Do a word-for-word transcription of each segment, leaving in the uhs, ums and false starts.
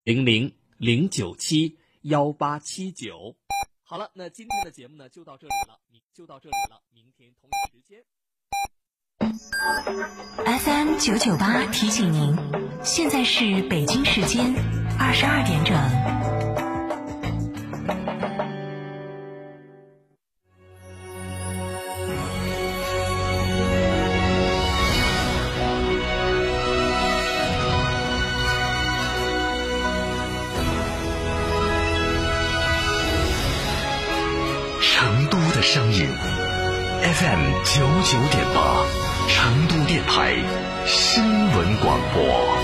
零零零九七幺八七九。好了，那今天的节目呢就到这里了，就到这里了，明天同一时间。 F M 九九八提醒您，现在是北京时间二十二点整。 成都的声音 F M 九九点八，成都电台新闻广播。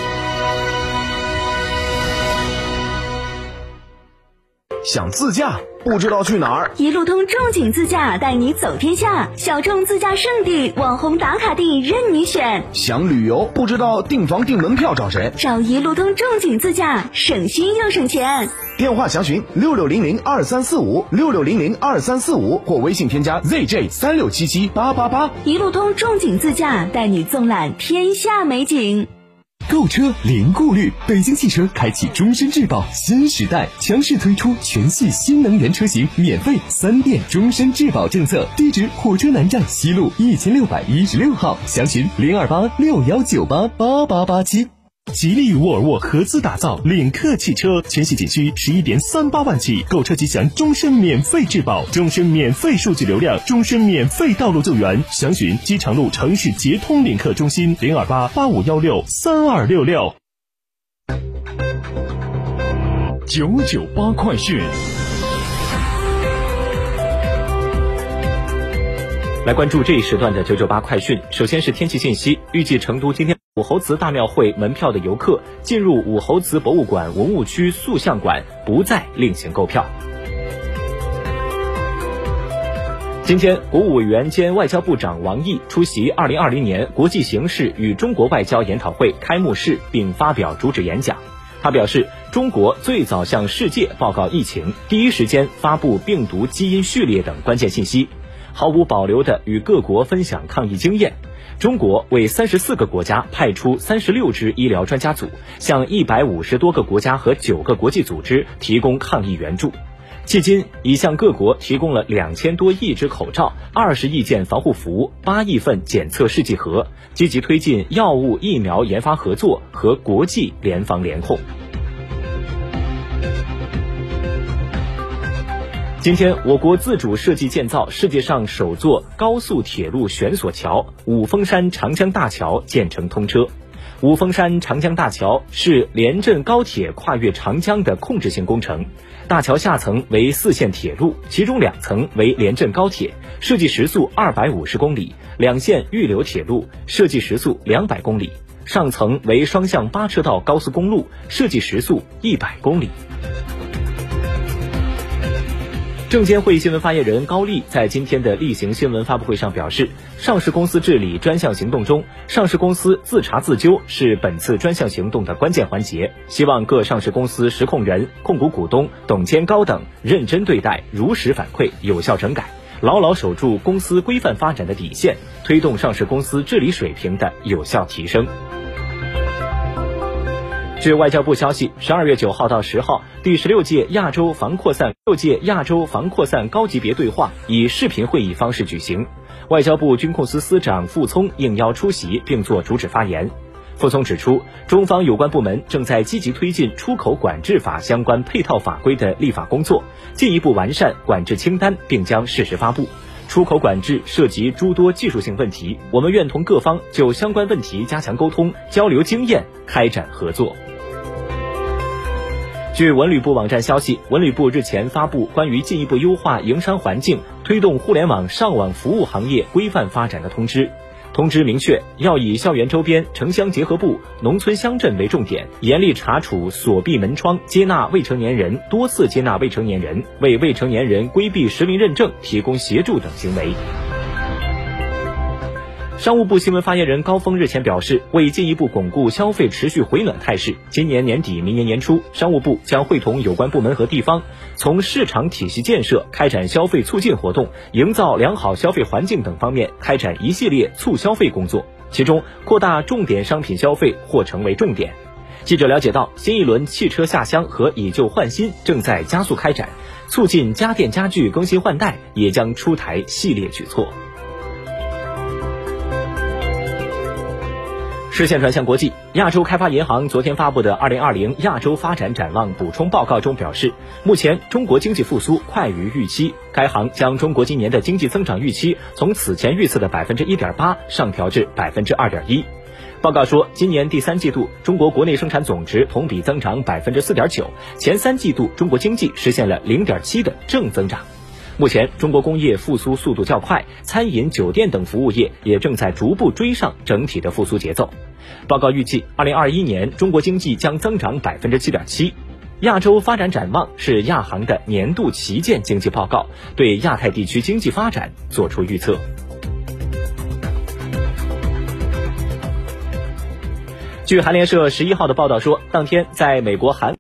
想自驾不知道去哪儿？ 一路通众景自驾带你走天下，小众自驾胜地、网红打卡地任你选。 想旅游不知道订房订门票找谁？ 找一路通众景自驾，省心又省钱。 电话详询六六零零二三四五六六零零二三四五或微信添加 Z J 三六七七八八八。 一路通众景自驾带你纵览天下美景。 购车零顾虑，北京汽车开启终身质保新时代，强势推出全系新能源车型免费三电终身质保政策。地址：火车南站西路一千六百一十六号，详询零二八六幺九八八八八七。吉利沃尔沃合资打造领克汽车，全系仅需十一点三八万起，购车即享终身免费质保、终身免费数据流量、终身免费道路救援。详询机场路城市捷通领克中心零二八八五幺六三二六六。九九八快讯。来关注这一时段的九九八快讯。首先是天气信息，预计成都今天武侯祠大庙会门票的游客进入武侯祠博物馆文物区塑像馆不再另行购票。今天，国务委员兼外交部长王毅出席二零二零年国际形势与中国外交研讨会开幕式并发表主旨演讲。他表示，中国最早向世界报告疫情，第一时间发布病毒基因序列等关键信息，毫无保留地与各国分享抗疫经验。中国为三十四个国家派出三十六支医疗专家组，向一百五十多个国家和九个国际组织提供抗疫援助。迄今已向各国提供了两千多亿只口罩、二十亿件防护服、八亿份检测试剂盒，积极推进药物疫苗研发合作和国际联防联控。今天，我国自主设计建造世界上首座高速铁路悬索桥——五峰山长江大桥建成通车。五峰山长江大桥是连镇高铁跨越长江的控制性工程，大桥下层为四线铁路，其中两层为连镇高铁，设计时速二百五十公里，两线预留铁路，设计时速两百公里，上层为双向八车道高速公路，设计时速一百公里。证监会新闻发言人高丽在今天的例行新闻发布会上表示，上市公司治理专项行动中，上市公司自查自纠是本次专项行动的关键环节，希望各上市公司实控人、控股股东、董监高等认真对待，如实反馈，有效整改，牢牢守住公司规范发展的底线，推动上市公司治理水平的有效提升。据外交部消息，十二月九号到十号，第十六届亚洲防扩散六届亚洲防扩散高级别对话以视频会议方式举行。外交部军控司司长傅聪应邀出席并作主旨发言。傅聪指出，中方有关部门正在积极推进出口管制法相关配套法规的立法工作，进一步完善管制清单，并将适时发布。出口管制涉及诸多技术性问题，我们愿同各方就相关问题加强沟通、交流经验，开展合作。据文旅部网站消息，文旅部日前发布关于进一步优化营商环境、推动互联网上网服务行业规范发展的通知。通知明确，要以校园周边、城乡结合部、农村乡镇为重点，严厉查处锁闭门窗、接纳未成年人、多次接纳未成年人、为未成年人规避实名认证提供协助等行为。商务部新闻发言人高峰日前表示，为进一步巩固消费持续回暖态势，今年年底明年年初，商务部将会同有关部门和地方，从市场体系建设、开展消费促进活动、营造良好消费环境等方面开展一系列促消费工作，其中扩大重点商品消费或成为重点。 记者了解到，新一轮汽车下乡和以旧换新正在加速开展，促进家电家具更新换代也将出台系列举措。视线转向国际，亚洲开发银行昨天发布的二零二零亚洲发展展望补充报告中表示，目前中国经济复苏快于预期，该行将中国今年的经济增长预期从此前预测的 百分之一点八 上调至 百分之二点一。报告说，今年第三季度中国国内生产总值同比增长 百分之四点九， 前三季度中国经济实现了 零点七 的正增长。目前中国工业复苏速度较快，餐饮、酒店等服务业也正在逐步追上整体的复苏节奏。报告预计二零二一年中国经济将增长 百分之七点七。 亚洲发展展望是亚行的年度旗舰经济报告，对亚太地区经济发展作出预测。据韩联社十一号的报道说，当天在美国韩